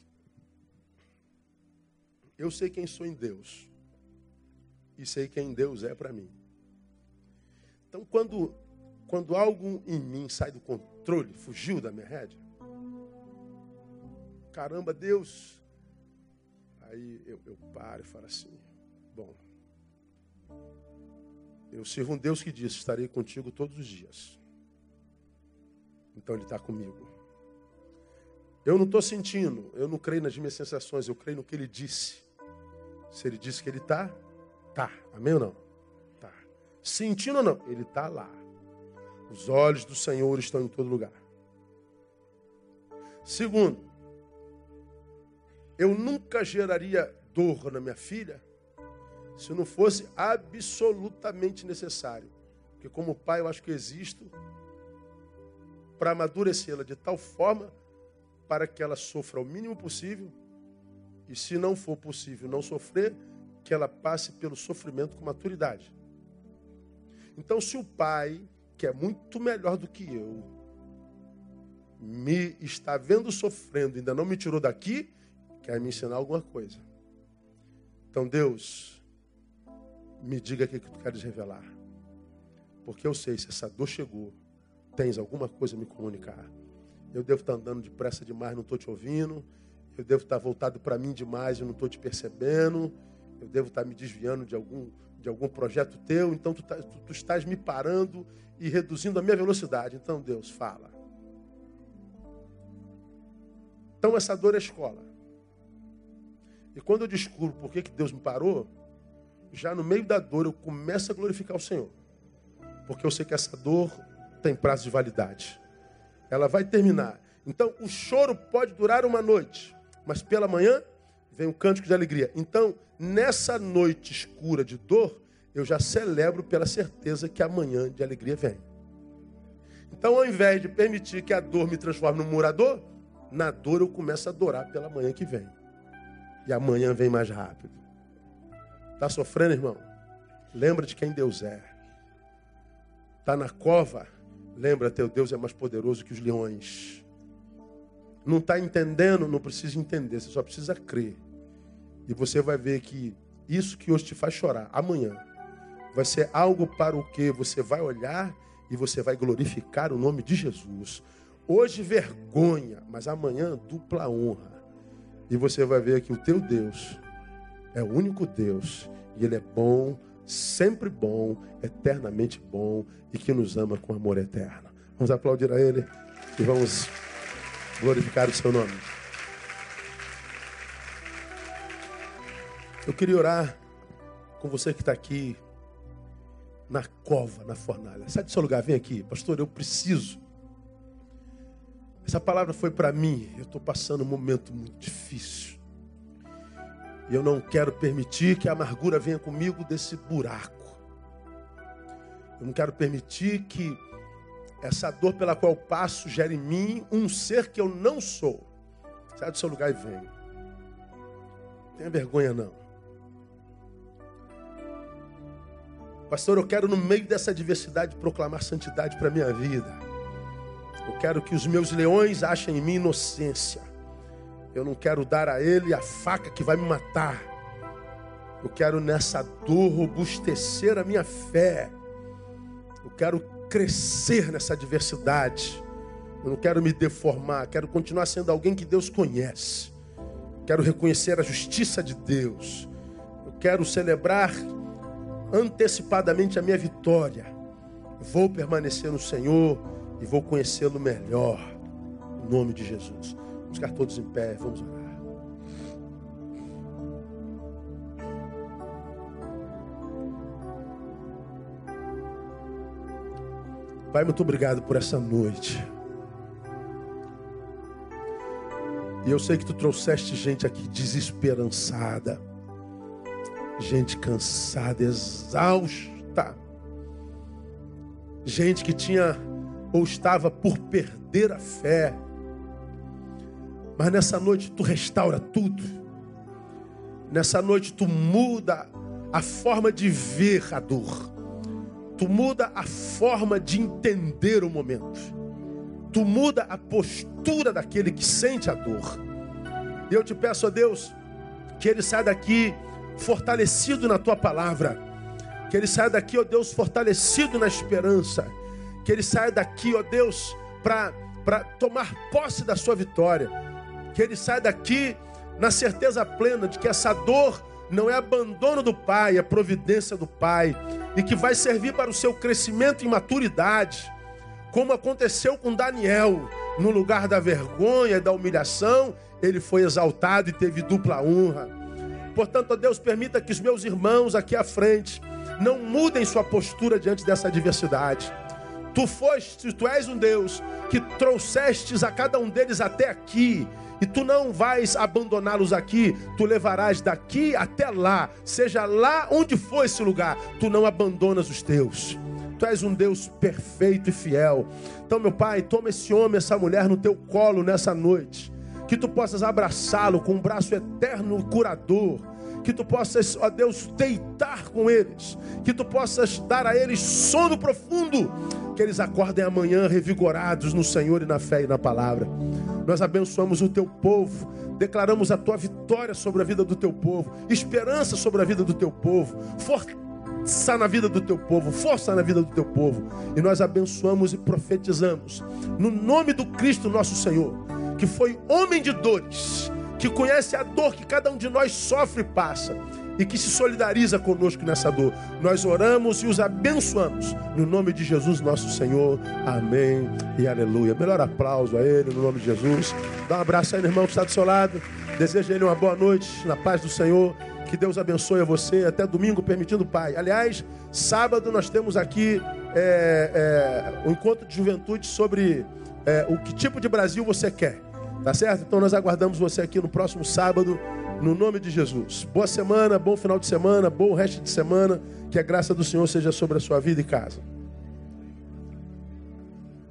Eu sei quem sou em Deus. E sei quem Deus é para mim. Então, quando algo em mim sai do controle, fugiu da minha rédea, caramba, Deus, aí eu paro e falo assim, bom, eu sirvo um Deus que diz, estarei contigo todos os dias. Então Ele está comigo. Eu não estou sentindo, eu não creio nas minhas sensações, eu creio no que Ele disse. Se Ele disse que Ele está, tá. Amém ou não? Tá. Sentindo ou não? Ele está lá. Os olhos do Senhor estão em todo lugar. Segundo, eu nunca geraria dor na minha filha se não fosse absolutamente necessário. Porque como pai eu acho que existo para amadurecê-la de tal forma para que ela sofra o mínimo possível e, se não for possível não sofrer, que ela passe pelo sofrimento com maturidade. Então, se o pai, que é muito melhor do que eu, me está vendo sofrendo, ainda não me tirou daqui, quer me ensinar alguma coisa. Então, Deus, me diga o que tu queres revelar. Porque eu sei, se essa dor chegou, tens alguma coisa a me comunicar. Eu devo estar andando depressa demais, não estou te ouvindo. Eu devo estar voltado para mim demais e não estou te percebendo. Eu devo estar me desviando de algum projeto teu. Então, tu estás me parando e reduzindo a minha velocidade. Então, Deus, fala. Então, essa dor é escola. E quando eu descubro por que Deus me parou, já no meio da dor eu começo a glorificar o Senhor. Porque eu sei que essa dor tem prazo de validade. Ela vai terminar. Então, o choro pode durar uma noite, mas pela manhã vem um cântico de alegria. Então, nessa noite escura de dor, eu já celebro pela certeza que amanhã de alegria vem. Então, ao invés de permitir que a dor me transforme num morador, na dor eu começo a adorar pela manhã que vem. E amanhã vem mais rápido. Está sofrendo, irmão? Lembra de quem Deus é. Está na cova? Lembra, teu Deus é mais poderoso que os leões. Não está entendendo? Não precisa entender, você só precisa crer. E você vai ver que isso que hoje te faz chorar, amanhã, vai ser algo para o que você vai olhar e você vai glorificar o nome de Jesus. Hoje vergonha, mas amanhã dupla honra. E você vai ver que o teu Deus é o único Deus. E Ele é bom, sempre bom, eternamente bom e que nos ama com amor eterno. Vamos aplaudir a Ele e vamos glorificar o seu nome. Eu queria orar com você que está aqui na cova, na fornalha. Sai do seu lugar, vem aqui. Pastor, eu preciso. Essa palavra foi para mim. Eu estou passando um momento muito difícil. E eu não quero permitir que a amargura venha comigo desse buraco. Eu não quero permitir que essa dor pela qual passo gere em mim um ser que eu não sou. Sai do seu lugar e vem. Não tenha vergonha, não. Pastor, eu quero no meio dessa adversidade proclamar santidade para a minha vida. Eu quero que os meus leões achem em mim inocência. Eu não quero dar a ele a faca que vai me matar. Eu quero nessa dor robustecer a minha fé. Eu quero crescer nessa adversidade. Eu não quero me deformar. Quero continuar sendo alguém que Deus conhece. Quero reconhecer a justiça de Deus. Eu quero celebrar antecipadamente a minha vitória. Vou permanecer no Senhor e vou conhecê-lo melhor. Em nome de Jesus. Vamos ficar todos em pé, vamos orar. Pai, muito obrigado por essa noite. E eu sei que tu trouxeste gente aqui desesperançada. Gente cansada, exausta. Gente que tinha ou estava por perder a fé. Mas nessa noite tu restaura tudo. Nessa noite tu muda a forma de ver a dor. Tu muda a forma de entender o momento. Tu muda a postura daquele que sente a dor. E eu te peço, ó Deus, que ele saia daqui fortalecido na tua palavra. Que ele saia daqui, ó Deus, fortalecido na esperança. Que ele saia daqui, ó Deus, para tomar posse da sua vitória. Que ele saia daqui na certeza plena de que essa dor não é abandono do Pai, é providência do Pai. E que vai servir para o seu crescimento em maturidade. Como aconteceu com Daniel. No lugar da vergonha e da humilhação, ele foi exaltado e teve dupla honra. Portanto, ó Deus, permita que os meus irmãos aqui à frente não mudem sua postura diante dessa adversidade. Tu és um Deus que trouxestes a cada um deles até aqui. E tu não vais abandoná-los aqui, tu levarás daqui até lá, seja lá onde for esse lugar, tu não abandonas os teus. Tu és um Deus perfeito e fiel. Então, meu Pai, toma esse homem, essa mulher no teu colo nessa noite. Que tu possas abraçá-lo com um braço eterno curador. Que tu possas, ó Deus, deitar com eles. Que tu possas dar a eles sono profundo. Que eles acordem amanhã revigorados no Senhor e na fé e na palavra. Nós abençoamos o teu povo. Declaramos a tua vitória sobre a vida do teu povo. Esperança sobre a vida do teu povo. Força na vida do teu povo. Força na vida do teu povo. E nós abençoamos e profetizamos. No nome do Cristo nosso Senhor. Que foi homem de dores. Que conhece a dor que cada um de nós sofre e passa. E que se solidariza conosco nessa dor. Nós oramos e os abençoamos. No nome de Jesus nosso Senhor. Amém e aleluia. Melhor aplauso a Ele no nome de Jesus. Dá um abraço aí no irmão que está do seu lado. Deseja a Ele uma boa noite na paz do Senhor. Que Deus abençoe a você. Até domingo, permitindo o Pai. Aliás, sábado nós temos aqui um encontro de juventude sobre o que tipo de Brasil você quer. Tá certo? Então nós aguardamos você aqui no próximo sábado, no nome de Jesus. Boa semana, bom final de semana, bom resto de semana. Que a graça do Senhor seja sobre a sua vida e casa.